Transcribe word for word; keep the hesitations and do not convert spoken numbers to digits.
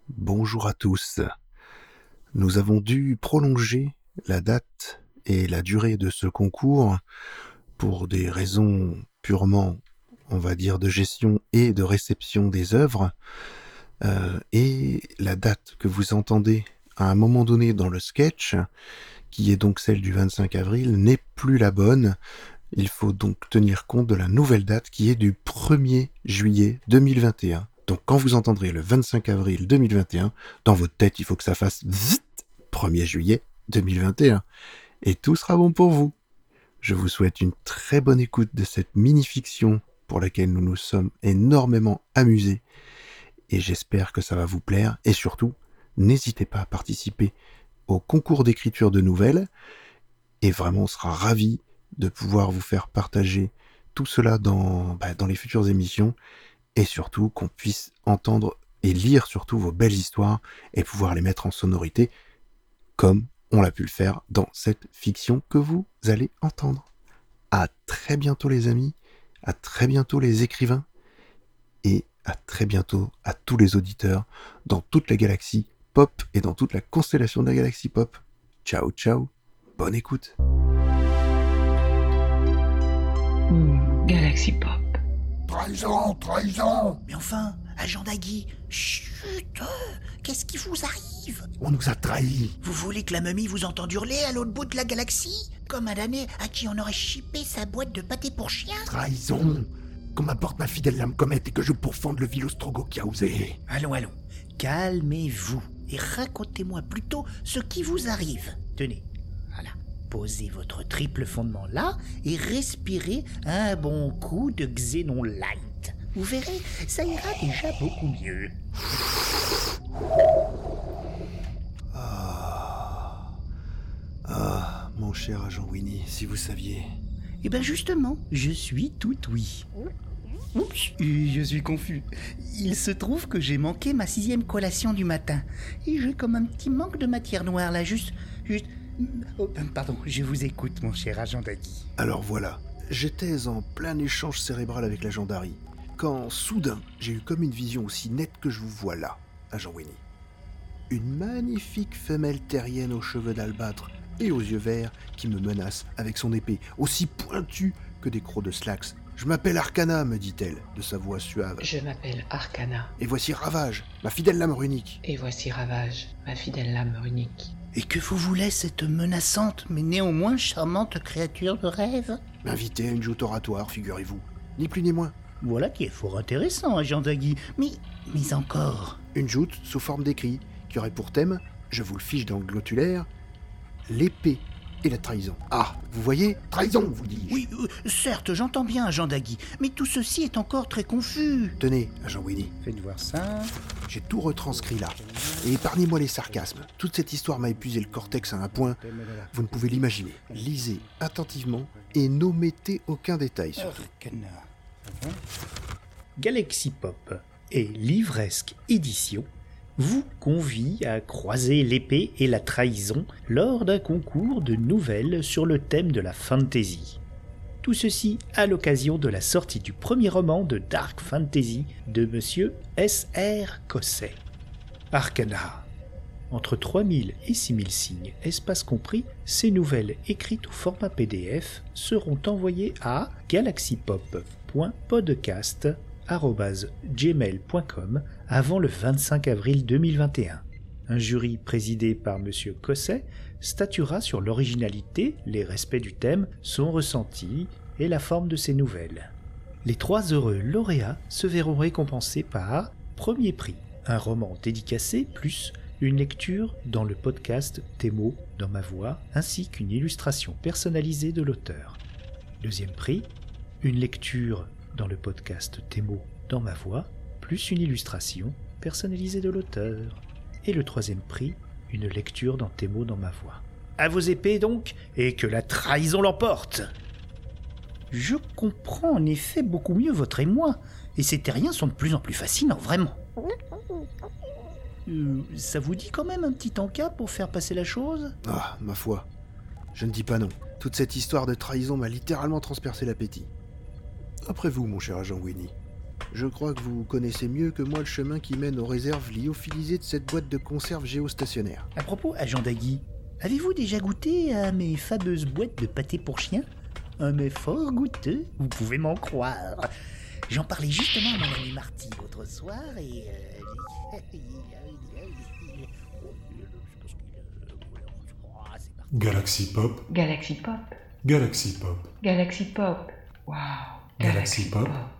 Bonjour à tous. Nous avons dû prolonger la date et la durée de ce concours pour des raisons purement, on va dire, de gestion et de réception des œuvres. Euh, et la date que vous entendez à un moment donné dans le sketch, qui est donc celle du vingt-cinq avril, n'est plus la bonne. Il faut donc tenir compte de la nouvelle date qui est du premier juillet deux mille vingt et un. Donc quand vous entendrez le vingt-cinq avril deux mille vingt et un, dans votre tête, il faut que ça fasse zzt, premier juillet deux mille vingt et un. Et tout sera bon pour vous. Je vous souhaite une très bonne écoute de cette mini-fiction pour laquelle nous nous sommes énormément amusés. Et j'espère que ça va vous plaire. Et surtout, n'hésitez pas à participer au concours d'écriture de nouvelles. Et vraiment, on sera ravis de pouvoir vous faire partager tout cela dans, bah, dans les futures émissions. Et surtout, qu'on puisse entendre et lire surtout vos belles histoires et pouvoir les mettre en sonorité comme on l'a pu le faire dans cette fiction que vous allez entendre. À très bientôt les amis, à très bientôt les écrivains et à très bientôt à tous les auditeurs dans toute la galaxie pop et dans toute la constellation de la galaxie pop. Ciao ciao, bonne écoute. Mmh, Galaxy Pop. Trahison, trahison! Mais enfin, agent Dagui, chut! Qu'est-ce qui vous arrive? On nous a trahis! Vous voulez que la momie vous entende hurler à l'autre bout de la galaxie? Comme un damné à qui on aurait chippé sa boîte de pâté pour chien? Trahison! Qu'on m'apporte ma fidèle lame comète et que je pourfende le vil ostrogo qui a osé! Allons, allons, calmez-vous et racontez-moi plutôt ce qui vous arrive. Tenez, voilà, posez votre triple fondement là et respirez un bon coup de Xénon Light. Vous verrez, ça ira déjà beaucoup mieux. Ah, ah, mon cher agent Winnie, si vous saviez. Eh ben justement, je suis tout oui. Oups, je suis confus. Il se trouve que j'ai manqué ma sixième collation du matin. Et j'ai comme un petit manque de matière noire là, juste... juste... Oh, pardon, je vous écoute, mon cher agent Dagui. Alors voilà, j'étais en plein échange cérébral avec l'agent Dari, quand soudain j'ai eu comme une vision aussi nette que je vous vois là, agent Winnie. Une magnifique femelle terrienne aux cheveux d'albâtre et aux yeux verts qui me menace avec son épée, aussi pointue que des crocs de Slax. Je m'appelle Arcana, me dit-elle, de sa voix suave. Je m'appelle Arcana. Et voici Ravage, ma fidèle lame runique. Et voici Ravage, ma fidèle lame runique. Et que vous voulez cette menaçante mais néanmoins charmante créature de rêve? M'inviter à une joute oratoire, figurez-vous. Ni plus ni moins. Voilà qui est fort intéressant, agent Dagui. Mais, mais encore... Une joute sous forme d'écrit, qui aurait pour thème, je vous le fiche dans le glotulaire, l'épée et la trahison. Ah, vous voyez? Trahison, vous dis-je! Oui, euh, certes, j'entends bien, agent Dagui, mais tout ceci est encore très confus. Tenez, agent Winnie, Faites voir ça... j'ai tout retranscrit là. Et épargnez-moi les sarcasmes. Toute cette histoire m'a épuisé le cortex à un point, vous ne pouvez l'imaginer. Lisez attentivement et n'omettez aucun détail surtout. Galaxy Pop et Livresque Édition vous convie à croiser l'épée et la trahison lors d'un concours de nouvelles sur le thème de la fantasy. Tout ceci à l'occasion de la sortie du premier roman de Dark Fantasy de Monsieur S R Cosset. Arcana. Entre trois mille et six mille signes, espace compris, ces nouvelles écrites au format P D F seront envoyées à galaxypop point podcast arobase gmail point com avant le vingt-cinq avril deux mille vingt et un. Un jury présidé par Monsieur Cosset statuera sur l'originalité, les respects du thème, son ressenti et la forme de ces nouvelles. Les trois heureux lauréats se verront récompensés par premier prix, un roman dédicacé plus une lecture dans le podcast Tes mots dans ma voix ainsi qu'une illustration personnalisée de l'auteur. Deuxième prix, une lecture dans le podcast Tes mots dans ma voix, plus une illustration personnalisée de l'auteur. Et le troisième prix, une lecture dans Tes mots dans ma voix. À vos épées donc, et que la trahison l'emporte. Je comprends en effet beaucoup mieux votre émoi, et ces terriens sont de plus en plus fascinants, vraiment. Euh, ça vous dit quand même un petit encas pour faire passer la chose? Ah, ma foi, je ne dis pas non. Toute cette histoire de trahison m'a littéralement transpercé l'appétit. Après vous, mon cher agent Winnie. Je crois que vous connaissez mieux que moi le chemin qui mène aux réserves lyophilisées de cette boîte de conserve géostationnaire. À propos, agent Dagui, avez-vous déjà goûté à mes fameuses boîtes de pâté pour chien? Un mets fort goûteux, vous pouvez m'en croire. J'en parlais justement à mon ami Marty l'autre soir et... Euh... Galaxy Pop, Galaxy Pop. Galaxy Pop, Galaxy Pop. Wow. Galaxy Pop. Pop.